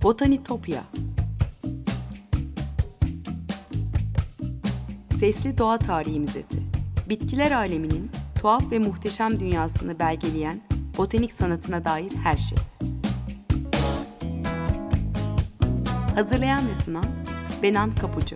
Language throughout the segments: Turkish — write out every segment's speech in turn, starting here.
Botanitopya. Sesli Doğa Tarihi Müzesi. Bitkiler aleminin tuhaf ve muhteşem dünyasını belgeleyen botanik sanatına dair her şey. Hazırlayan ve sunan Benan Kapucu.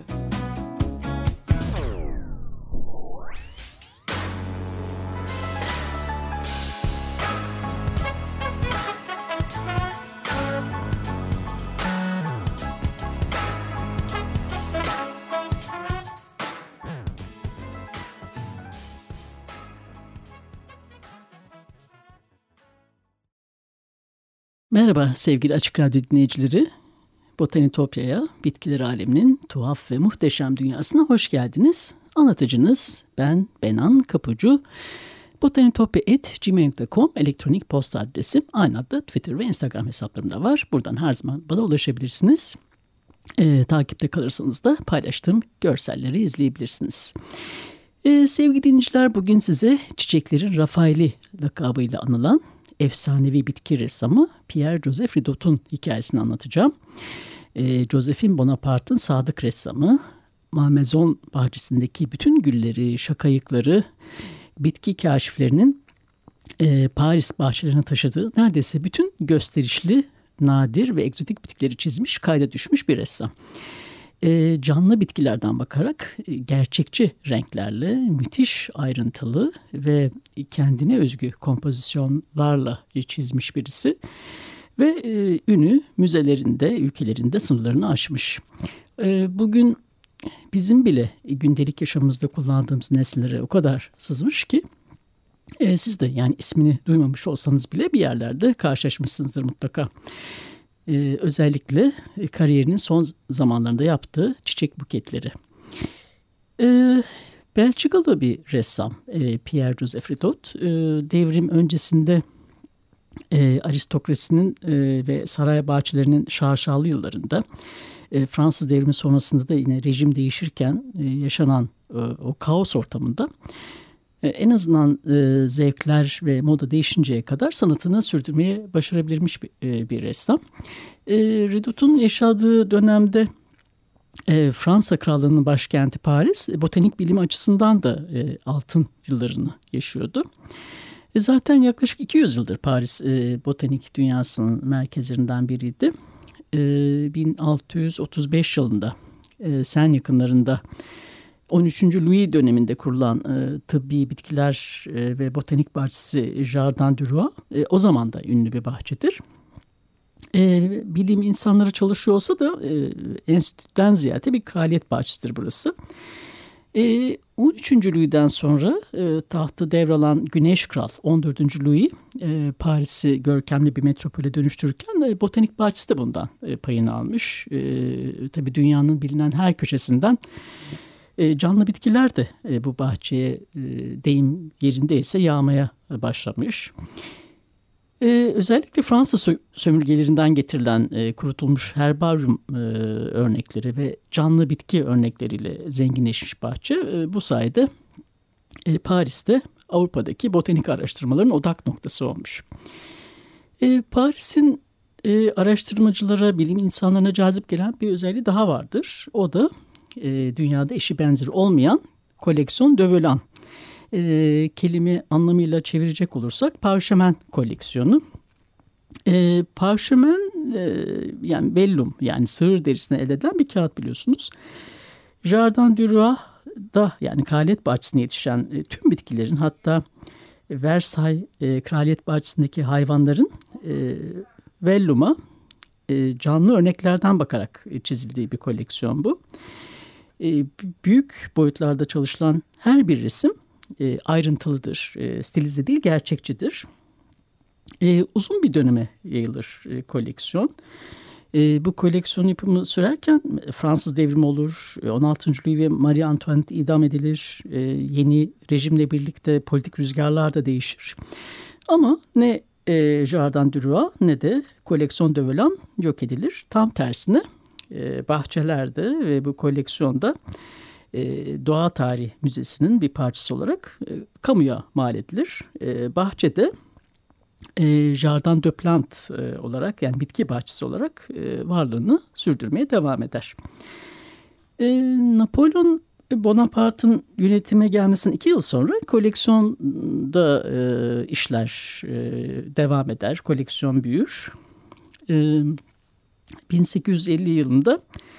Merhaba sevgili Açık Radyo dinleyicileri. Botanitopya'ya, bitkiler aleminin tuhaf ve muhteşem dünyasına hoş geldiniz. Anlatıcınız ben Benan Kapucu. botanitopya@gmail.com elektronik posta adresim. Aynı adda Twitter ve Instagram hesaplarımda var. Buradan her zaman bana ulaşabilirsiniz. Takipte kalırsanız da paylaştığım görselleri izleyebilirsiniz. Sevgili dinleyiciler, bugün size çiçeklerin Rafaeli lakabıyla anılan efsanevi bitki ressamı Pierre-Joseph Ridot'un hikayesini anlatacağım. Josephine Bonaparte'ın sadık ressamı, Malmaison bahçesindeki bütün gülleri, şakayıkları, bitki kaşiflerinin Paris bahçelerine taşıdığı neredeyse bütün gösterişli, nadir ve egzotik bitkileri çizmiş, kayda düşmüş bir ressam. Canlı bitkilerden bakarak gerçekçi renklerle, müthiş ayrıntılı ve kendine özgü kompozisyonlarla çizmiş birisi. Ve ünü müzelerinde, ülkelerinde sınırlarını aşmış. Bugün bizim bile gündelik yaşamımızda kullandığımız nesnelere o kadar sızmış ki siz de yani ismini duymamış olsanız bile bir yerlerde karşılaşmışsınızdır mutlaka. Özellikle kariyerinin son zamanlarında yaptığı çiçek buketleri. Belçikalı bir ressam Pierre-Joseph Ridot. Devrim öncesinde aristokrasinin ve saray bahçelerinin şaşalı yıllarında, Fransız devrimi sonrasında da yine rejim değişirken yaşanan o kaos ortamında en azından zevkler ve moda değişinceye kadar sanatını sürdürmeye başarabilmiş bir ressam. Ridot'un yaşadığı dönemde Fransa Krallığı'nın başkenti Paris, botanik bilimi açısından da altın yıllarını yaşıyordu. Zaten yaklaşık 200 yıldır Paris botanik dünyasının merkezlerinden biriydi. 1635 yılında Sen yakınlarında 13. Louis döneminde kurulan tıbbi bitkiler ve botanik bahçesi Jardin du Roi o zaman da ünlü bir bahçedir. Bilim insanları çalışıyor olsa da enstitüden ziyade bir kraliyet bahçesidir burası. 13. Louis'den sonra tahtı devralan Güneş Kral 14. Louis Paris'i görkemli bir metropole dönüştürürken botanik bahçesi de bundan payını almış. Tabii dünyanın bilinen her köşesinden canlı bitkiler de bu bahçeye deyim yerindeyse yağmaya başlamış. Özellikle Fransız sömürgelerinden getirilen kurutulmuş herbaryum örnekleri ve canlı bitki örnekleriyle zenginleşmiş bahçe bu sayede Paris'te Avrupa'daki botanik araştırmaların odak noktası olmuş. Paris'in araştırmacılara, bilim insanlarına cazip gelen bir özelliği daha vardır. O da dünyada eşi benzeri olmayan koleksiyon de Veulan. Kelime anlamıyla çevirecek olursak parşömen koleksiyonu. Parşömen yani vellum yani sığır derisine elde edilen bir kağıt biliyorsunuz. Jardin du Roi'da yani kraliyet bahçesine yetişen tüm bitkilerin, hatta Versailles kraliyet bahçesindeki hayvanların velluma canlı örneklerden bakarak çizildiği bir koleksiyon bu. Büyük boyutlarda çalışılan her bir resim ayrıntılıdır, stilize değil gerçekçidir. Uzun bir döneme yayılır koleksiyon. Bu koleksiyon yapımı sürerken Fransız devrimi olur, 16. Louis ve Marie Antoinette idam edilir, yeni rejimle birlikte politik rüzgarlar da değişir. Ama ne Jardin du Roi ne de koleksiyon de Veulan yok edilir. Tam tersine bahçelerde ve bu koleksiyonda Doğa Tarihi Müzesi'nin bir parçası olarak kamuya mal edilir. Bahçede Jardin de Plantes olarak, yani bitki bahçesi olarak varlığını sürdürmeye devam eder. Napolyon Bonaparte'ın yönetime gelmesinden 2 yıl sonra koleksiyonda işler devam eder. Koleksiyon büyür. 1850 yılında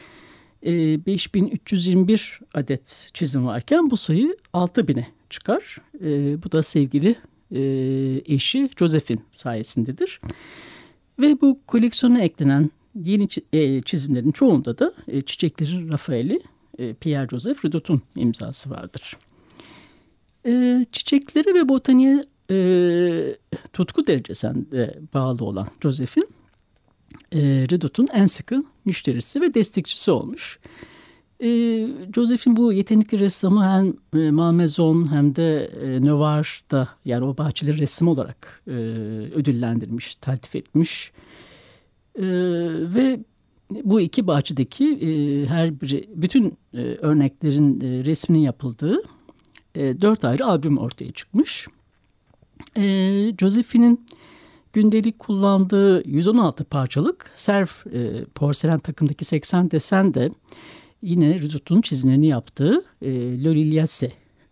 5321 adet çizim varken bu sayı 6000'e çıkar. Bu da sevgili eşi Josephine sayesindedir. Ve bu koleksiyona eklenen yeni çizimlerin çoğunda da çiçeklerin Rafael'i Pierre-Joseph Redot'un imzası vardır. Çiçeklere ve botaniğe tutku derecesinde bağlı olan Josephine, Redot'un en sıkı müşterisi ve destekçisi olmuş. Josephine bu yetenekli ressamı hem Malmaison hem de Neuvaar'da, yani o bahçeleri resim olarak ödüllendirmiş, taltif etmiş. Ve bu iki bahçedeki her biri, bütün örneklerin resminin yapıldığı 4 ayrı albüm ortaya çıkmış. Josephine'in gündelik kullandığı 116 parçalık Sèvres porselen takımdaki 80 desen de yine Redot'un çizimlerini yaptığı Le Liliace,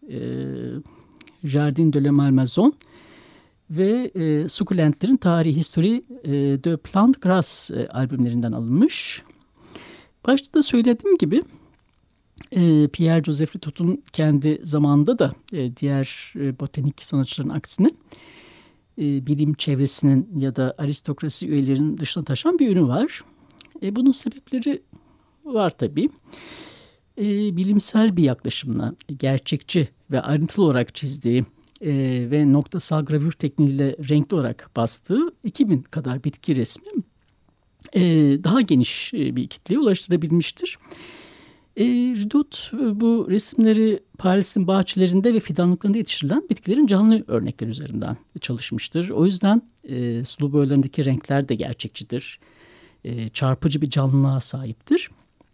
Jardin de la Malmaison ve Sukulentlerin Tarihi History de Plante Grasse albümlerinden alınmış. Başta da söylediğim gibi Pierre-Joseph Redot'un kendi zamanında da diğer botanik sanatçıların aksine bilim çevresinin ya da aristokrasi üyelerinin dışına taşan bir yönü var. Bunun sebepleri var tabii. Bilimsel bir yaklaşımla gerçekçi ve ayrıntılı olarak çizdiği ve noktasal gravür tekniğiyle renkli olarak bastığı 2000 kadar bitki resmi daha geniş bir kitleye ulaştırabilmiştir. Redot bu resimleri Paris'in bahçelerinde ve fidanlıklarında yetiştirilen bitkilerin canlı örnekleri üzerinden çalışmıştır. O yüzden sulu boyalarındaki renkler de gerçekçidir. Çarpıcı bir canlılığa sahiptir.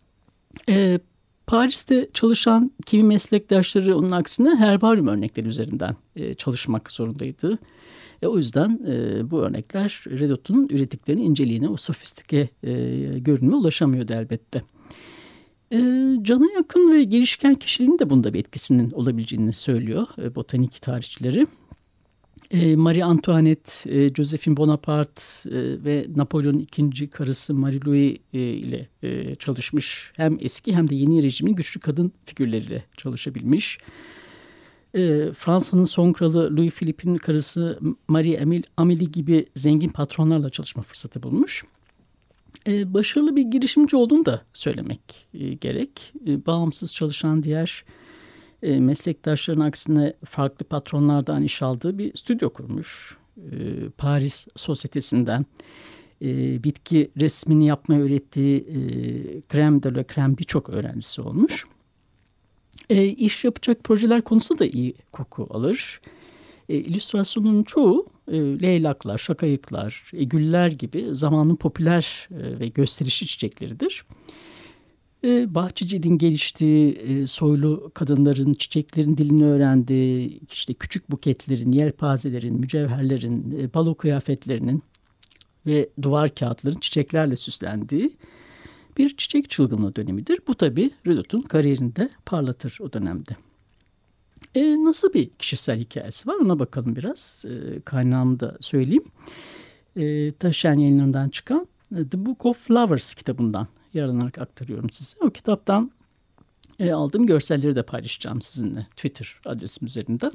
Paris'te çalışan kimi meslektaşları onun aksine herbaryum örnekleri üzerinden çalışmak zorundaydı. O yüzden bu örnekler Redot'un ürettiklerinin inceliğine, o sofistike görünüme ulaşamıyordu elbette. Cana yakın ve girişken kişiliğinin de bunda bir etkisinin olabileceğini söylüyor botanik tarihçileri. Marie Antoinette, Josephine Bonaparte ve Napolyon'un ikinci karısı Marie-Louise ile çalışmış. Hem eski hem de yeni rejimin güçlü kadın figürleriyle çalışabilmiş. Fransa'nın son kralı Louis Philippe'in karısı Marie Amélie gibi zengin patronlarla çalışma fırsatı bulmuş. Başarılı bir girişimci olduğunu da söylemek gerek. Bağımsız çalışan diğer meslektaşların aksine farklı patronlardan iş aldığı bir stüdyo kurmuş. Paris Sosyetesi'nden bitki resmini yapmayı öğrettiği Crème de la Crème birçok öğrencisi olmuş. İş yapacak projeler konusunda da iyi koku alır. İllüstrasyonun çoğu leylaklar, şakayıklar, güller gibi zamanın popüler ve gösterişli çiçekleridir. Bahçeciliğin geliştiği, soylu kadınların çiçeklerin dilini öğrendiği, işte küçük buketlerin, yelpazelerin, mücevherlerin, balo kıyafetlerinin ve duvar kağıtların çiçeklerle süslendiği bir çiçek çılgınlığı dönemidir. Bu tabii Redot'un kariyerini de parlatır o dönemde. Nasıl bir kişisel hikayesi var ona bakalım biraz. Kaynağımı da söyleyeyim. Taşen Yayınları'ndan çıkan The Book of Flowers kitabından yararlanarak aktarıyorum size. O kitaptan aldığım görselleri de paylaşacağım sizinle Twitter adresim üzerinden.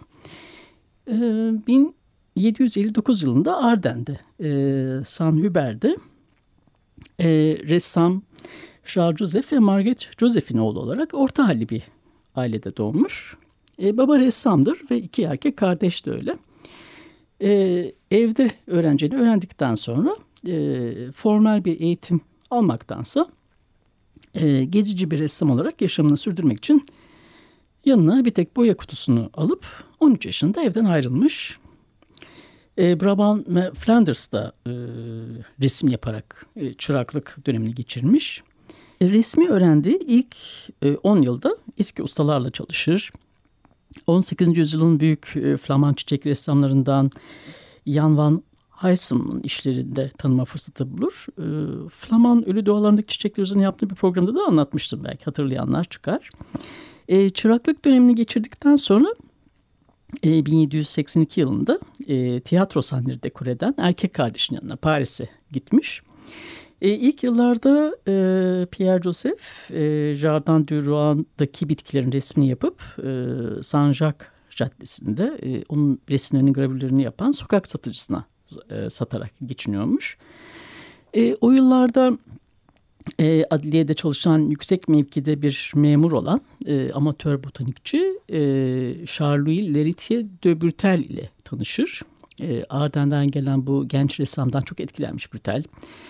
1759 yılında Arden'de, Saint-Hubert'de ressam Charles Joseph ve Margaret Josephine oğlu olarak orta halli bir ailede doğmuş. Baba ressamdır ve 2 erkek kardeş de öyle. Evde öğreneceğini öğrendikten sonra formal bir eğitim almaktansa gezici bir ressam olarak yaşamını sürdürmek için yanına bir tek boya kutusunu alıp 13 yaşında evden ayrılmış. Brabant ve Flanders'da resim yaparak çıraklık dönemini geçirmiş. Resmi öğrendiği ilk 10 yılda eski ustalarla çalışır. 18. yüzyılın büyük Flaman çiçek ressamlarından Jan van Haysam'ın işlerinde tanıma fırsatı bulur. Flaman ölü doğalarındaki çiçekler üzerine yaptığı bir programda da anlatmıştım, belki hatırlayanlar çıkar. Çıraklık dönemini geçirdikten sonra 1782 yılında tiyatro sahneleri dekore eden erkek kardeşinin yanına Paris'e gitmiş. İlk yıllarda Pierre Joseph Jardin du Roi'daki bitkilerin resmini yapıp Saint-Jacques Caddesi'nde onun resimlerinin, gravürlerini yapan sokak satıcısına satarak geçiniyormuş. O yıllarda adliyede çalışan, yüksek mevkide bir memur olan amatör botanikçi Charles-Louis L'Héritier de Brütel ile tanışır. Arden'den gelen bu genç ressamdan çok etkilenmiş Brütel.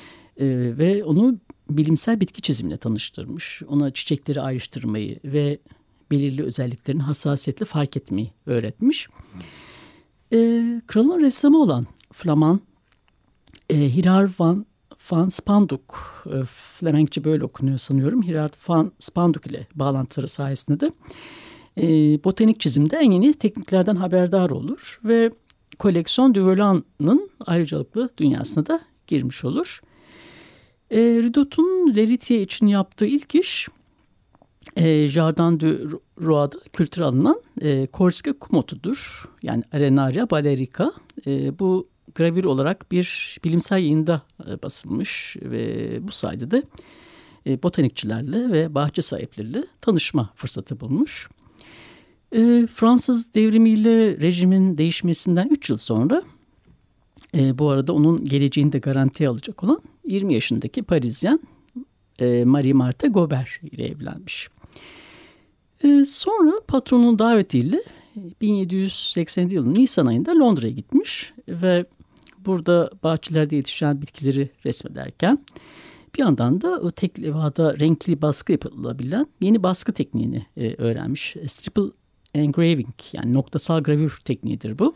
Ve onu bilimsel bitki çizimine tanıştırmış. Ona çiçekleri ayrıştırmayı ve belirli özelliklerini hassasiyetle fark etmeyi öğretmiş. Kralın ressamı olan Flaman, Gerard van Spanduk, Flemenkçe böyle okunuyor sanıyorum, Gerard van Spanduk ile bağlantıları sayesinde de botanik çizimde en yeni tekniklerden haberdar olur ve koleksiyon de Volan'ın ayrıcalıklı dünyasına da girmiş olur. Ridot'un L'Héritier için yaptığı ilk iş Jardin du Roi'da kültüre alınan Corsica kum otudur. Yani Arenaria balearica. Bu gravür olarak bir bilimsel yayında basılmış ve bu sayede de botanikçilerle ve bahçe sahipleriyle tanışma fırsatı bulmuş. Fransız devrimiyle rejimin değişmesinden 3 yıl sonra bu arada onun geleceğini de garantiye alacak olan 20 yaşındaki Parisyen Marie Marthe Gobert ile evlenmiş. Sonra patronun davetiyle 1780 yılının Nisan ayında Londra'ya gitmiş ve burada bahçelerde yetişen bitkileri resmederken bir yandan da o tek levhada renkli baskı yapılabilen yeni baskı tekniğini öğrenmiş. Triple engraving, yani noktasal gravür tekniğidir bu.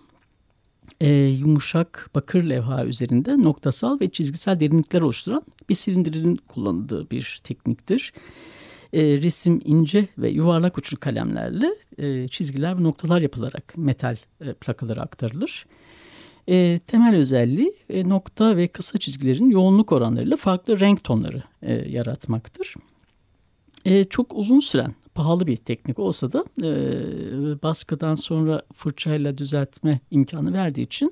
Yumuşak bakır levha üzerinde noktasal ve çizgisel derinlikler oluşturan bir silindirin kullanıldığı bir tekniktir. Resim ince ve yuvarlak uçlu kalemlerle çizgiler ve noktalar yapılarak metal plakalara aktarılır. Temel özelliği nokta ve kısa çizgilerin yoğunluk oranlarıyla farklı renk tonları yaratmaktır. Çok uzun süren pahalı bir teknik olsa da baskıdan sonra fırçayla düzeltme imkanı verdiği için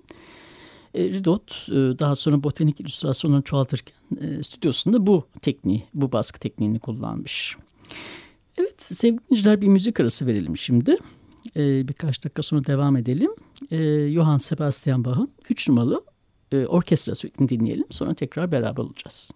Ridot daha sonra botanik illüstrasyonunu çoğaltırken stüdyosunda bu baskı tekniğini kullanmış. Evet sevgili dinleyiciler, bir müzik arası verelim şimdi. Birkaç dakika sonra devam edelim. Johann Sebastian Bach'ın 3 numaralı orkestra suite'ini dinleyelim. Sonra tekrar beraber olacağız.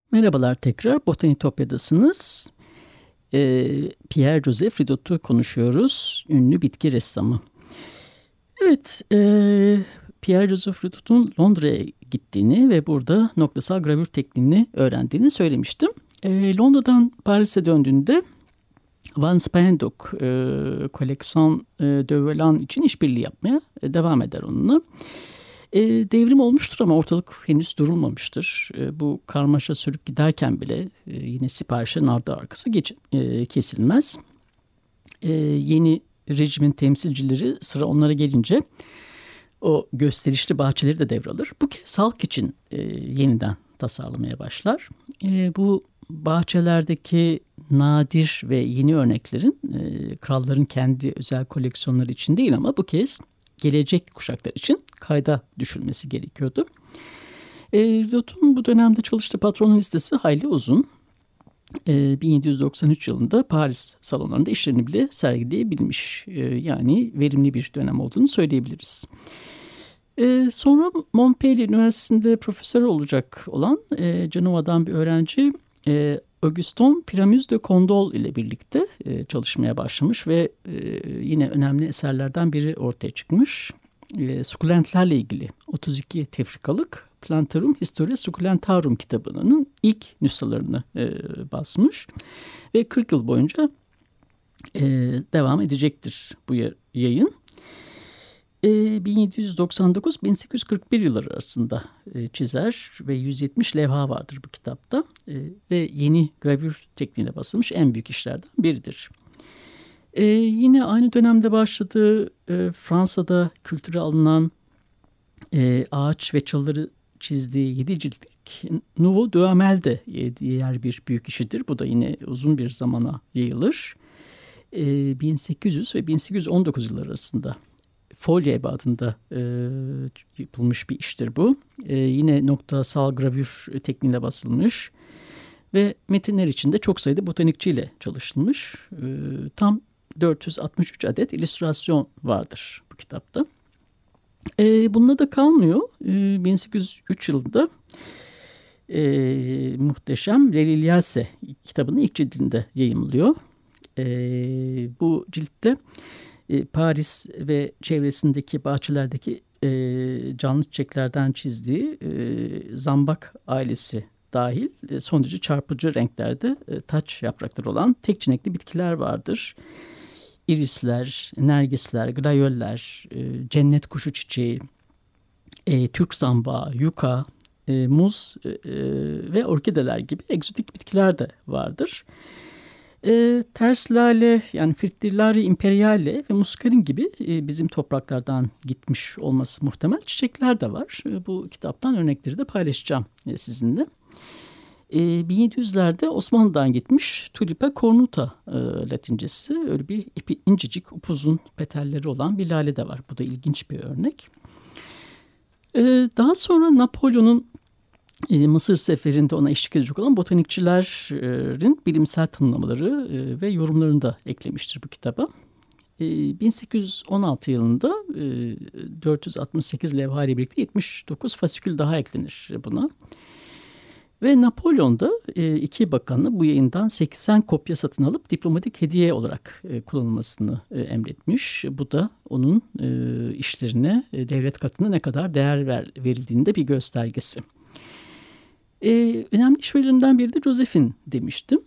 Merhabalar tekrar, Botanitopya'dasınız. Pierre-Joseph Ridot'u konuşuyoruz, ünlü bitki ressamı. Evet, Pierre-Joseph Ridot'un Londra'ya gittiğini ve burada noktasal gravür tekniğini öğrendiğini söylemiştim. Londra'dan Paris'e döndüğünde Van Speyendok Collection de Vallon için işbirliği yapmaya devam eder onunla. Devrim olmuştur ama ortalık henüz durulmamıştır. Bu karmaşa sürüp giderken bile yine siparişlerin ardı arkası kesilmez. Yeni rejimin temsilcileri sıra onlara gelince o gösterişli bahçeleri de devralır. Bu kez halk için yeniden tasarlamaya başlar. Bu bahçelerdeki nadir ve yeni örneklerin kralların kendi özel koleksiyonları için değil ama bu kez gelecek kuşaklar için kayda düşülmesi gerekiyordu. Ridot'un bu dönemde çalıştığı patron listesi hayli uzun. 1793 yılında Paris salonlarında işlerini bile sergileyebilmiş. Yani verimli bir dönem olduğunu söyleyebiliriz. Sonra Montpellier Üniversitesi'nde profesör olacak olan Cenova'dan bir öğrenci Augustin Pyramus de Candolle ile birlikte çalışmaya başlamış ve yine önemli eserlerden biri ortaya çıkmış. Sukulentlerle ilgili 32 tefrikalık Plantarum Historia Suculentarum kitabının ilk nüshalarını basmış ve 40 yıl boyunca devam edecektir bu yayın. 1799-1841 yılları arasında çizer ve 170 levha vardır bu kitapta ve yeni gravür tekniğine basılmış en büyük işlerden biridir. Yine aynı dönemde başladığı Fransa'da kültüre alınan ağaç ve çalıları çizdiği 7 ciltlik Nouveau Duhamel de diğer bir büyük işidir. Bu da yine uzun bir zamana yayılır. 1800 ve 1819 yılları arasında folye ebadında yapılmış bir iştir bu. Yine noktasal gravür tekniğiyle basılmış ve metinler içinde çok sayıda botanikçiyle çalışılmış. Tam 463 adet illüstrasyon vardır bu kitapta. Bununla da kalmıyor. 1803 yılında muhteşem L'Eliase kitabını ilk cildinde yayımlıyor. Bu ciltte Paris ve çevresindeki bahçelerdeki canlı çiçeklerden çizdiği zambak ailesi dahil son derece çarpıcı renklerde taç yaprakları olan tek çiçekli bitkiler vardır. İrisler, nergisler, glayoller, cennet kuşu çiçeği, Türk zambağı, yuka, muz ve orkideler gibi egzotik bitkiler de vardır. Ters lale yani Fritillari imperiale ve muskarin gibi bizim topraklardan gitmiş olması muhtemel çiçekler de var. Bu kitaptan örnekleri de paylaşacağım sizinle. 1700'lerde Osmanlı'dan gitmiş Tulipa cornuta latincesi. Öyle bir incecik upuzun petalleri olan bir lale de var. Bu da ilginç bir örnek. Daha sonra Napolyon'un Mısır seferinde ona eşlik edecek olan botanikçilerin bilimsel tanımlamaları ve yorumlarını da eklemiştir bu kitaba. 1816 yılında 468 levha ile birlikte 79 fasikül daha eklenir buna. Ve Napolyon da iki bakanı bu yayından 80 kopya satın alıp diplomatik hediye olarak kullanılmasını emretmiş. Bu da onun işlerine devlet katında ne kadar değer verildiğinin de bir göstergesi. Önemli işverilerinden biri de Josephine demiştim.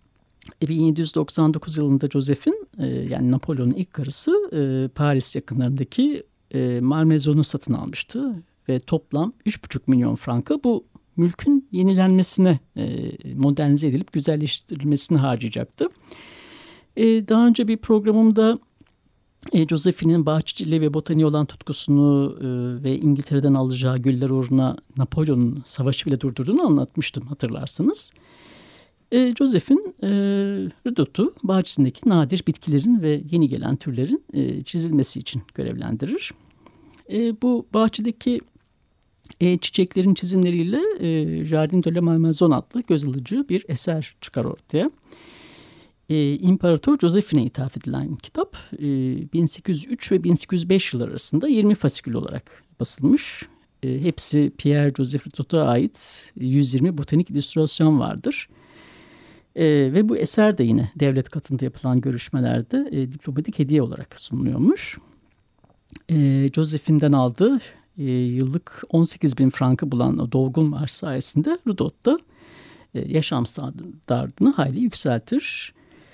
1799 yılında Josephine yani Napolyon'un ilk karısı Paris yakınlarındaki Malmaison'u satın almıştı. Ve toplam 3,5 milyon franka bu mülkün yenilenmesine, modernize edilip güzelleştirilmesine harcayacaktı. Daha önce bir programımda Josephine'in bahçeciliği ve botaniğe olan tutkusunu ve İngiltere'den alacağı güller uğruna Napolyon'un savaşı bile durdurduğunu anlatmıştım hatırlarsınız. Josephine Ridot'u bahçesindeki nadir bitkilerin ve yeni gelen türlerin çizilmesi için görevlendirir. Bu bahçedeki çiçeklerin çizimleriyle Jardin de la Malmaison adlı göz alıcı bir eser çıkar ortaya. İmparator Josephine'e ithaf edilen kitap 1803 ve 1805 yılları arasında 20 fasikül olarak basılmış. hepsi Pierre-Joseph Ridot'a ait 120 botanik illüstrasyon vardır. Ve bu eser de yine devlet katında yapılan görüşmelerde diplomatik hediye olarak sunuluyormuş. Joseph'inden aldığı yıllık 18.000 frankı bulan o dolgun maaş sayesinde Ridot da yaşam standartını hayli yükseltir.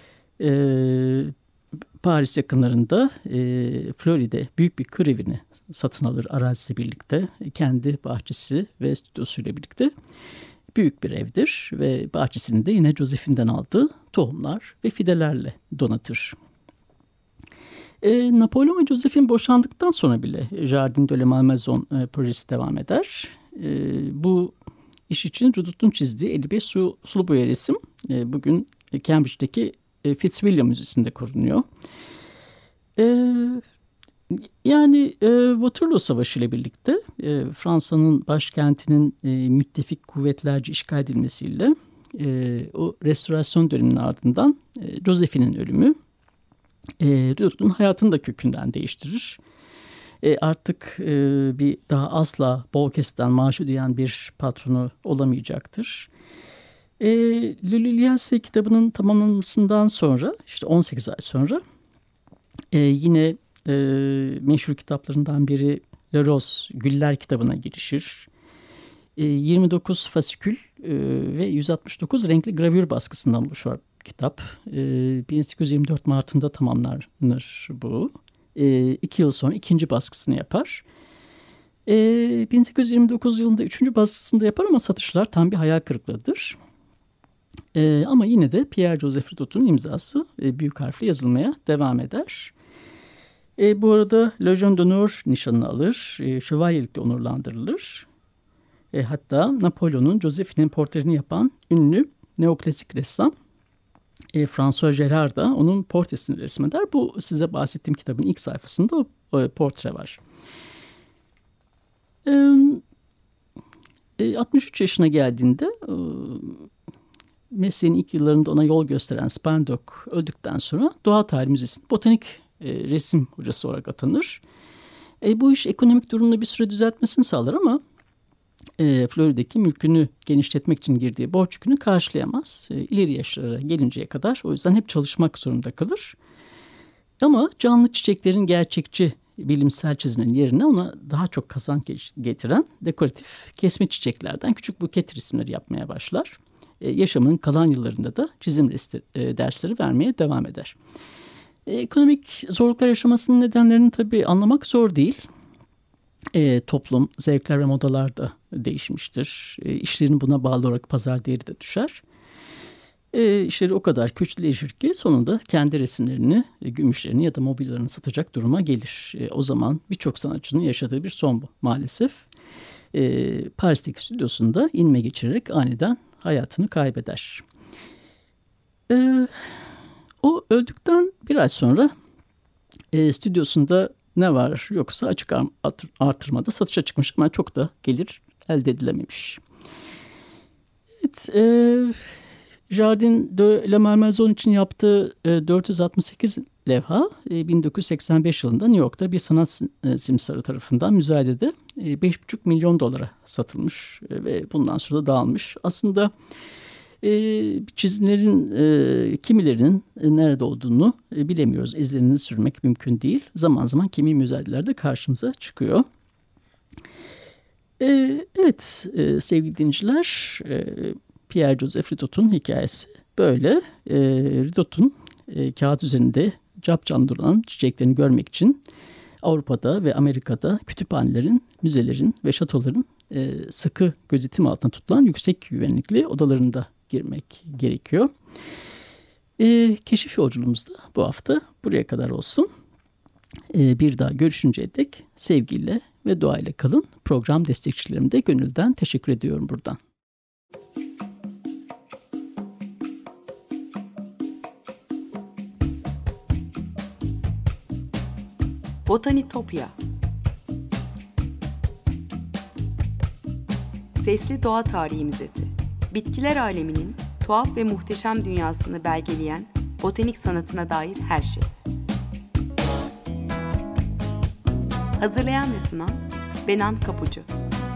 Paris yakınlarında Floride büyük bir kır evini satın alır arazisiyle birlikte. Kendi bahçesi ve stüdyosuyla birlikte büyük bir evdir ve bahçesini de yine Joseph'inden aldığı tohumlar ve fidelerle donatır. Napolyon ve Josephine boşandıktan sonra bile Jardin de la Malmaison projesi devam eder. Bu iş için Ridot'un çizdiği 55 sulu boya resim bugün Cambridge'deki Fitzwilliam Müzesi'nde korunuyor. Waterloo Savaşı ile birlikte Fransa'nın başkentinin müttefik kuvvetlerce işgal edilmesiyle o restorasyon döneminin ardından Josephine'in ölümü Ridot'un hayatını da kökünden değiştirir. Artık bir daha asla bol kesitten maaş ödeyen bir patronu olamayacaktır. Le Liliency kitabının tamamlanmasından sonra işte 18 ay sonra yine meşhur kitaplarından biri Le Rose Güller kitabına girişir. 29 fasikül ve 169 renkli gravür baskısından oluşuyor kitap. 1824 Mart'ında tamamlanır bu. 2 yıl sonra ikinci baskısını yapar. 1829 yılında üçüncü baskısını da yapar ama satışlar tam bir hayal kırıklığıdır. Ama yine de Pierre-Joseph Ridot'un imzası büyük harfle yazılmaya devam eder. Bu arada Légion d'honneur nişanını alır, şövalyelikle onurlandırılır. Hatta Napolyon'un Josephine'in portresini yapan ünlü neoklasik ressam François Gérard da onun portresini resmeder. Bu size bahsettiğim kitabın ilk sayfasında o portre var. 63 yaşına geldiğinde mesleğin ilk yıllarında ona yol gösteren Spandok öldükten sonra Doğa Tarihi Müzesi'nin botanik resim hocası olarak atanır. Bu iş ekonomik durumunu bir süre düzeltmesini sağlar ama Florida'daki mülkünü genişletmek için girdiği borç yükünü karşılayamaz. İleri yaşlara gelinceye kadar o yüzden hep çalışmak zorunda kalır. Ama canlı çiçeklerin gerçekçi bilimsel çizimin yerine ona daha çok kazanç getiren dekoratif kesme çiçeklerden küçük buket resimleri yapmaya başlar. Yaşamının kalan yıllarında da çizim dersleri vermeye devam eder. Ekonomik zorluklar yaşamasının nedenlerini tabii anlamak zor değil. Toplum, zevkler ve modalar da değişmiştir. İşlerin buna bağlı olarak pazar değeri de düşer. İşleri o kadar kötüleşir ki sonunda kendi resimlerini, gümüşlerini ya da mobilyalarını satacak duruma gelir. O zaman birçok sanatçının yaşadığı bir son bu maalesef. Paris'teki stüdyosunda inme geçirerek aniden hayatını kaybeder. O öldükten bir ay sonra stüdyosunda ne var yoksa açık artırmada satışa çıkmış ama çok da gelir elde edilememiş. Evet, Jardin de la Malmaison için yaptığı 468 levha 1985 yılında New York'ta bir sanat simsarı tarafından müzayedede $5,5 milyon satılmış ve bundan sonra da dağılmış. Aslında çizimlerin kimilerinin nerede olduğunu bilemiyoruz. İzlerini sürmek mümkün değil. Zaman zaman kimi müzayedelerde karşımıza çıkıyor. Evet sevgili dinleyiciler, Pierre-Joseph Ridot'un hikayesi böyle. Ridot'un kağıt üzerinde capcanlı duran çiçeklerini görmek için Avrupa'da ve Amerika'da kütüphanelerin, müzelerin ve şatoların sıkı gözetim altında tutulan yüksek güvenlikli odalarında girmek gerekiyor. Keşif yolculuğumuz da bu hafta buraya kadar olsun. Bir daha görüşünceye dek sevgiyle ve duayla kalın. Program destekçilerime de gönülden teşekkür ediyorum buradan. Botanitopya. Sesli Doğa Tarihi Müzesi. Bitkiler aleminin tuhaf ve muhteşem dünyasını belgeleyen botanik sanatına dair her şey. Hazırlayan ve sunan Benan Kapucu.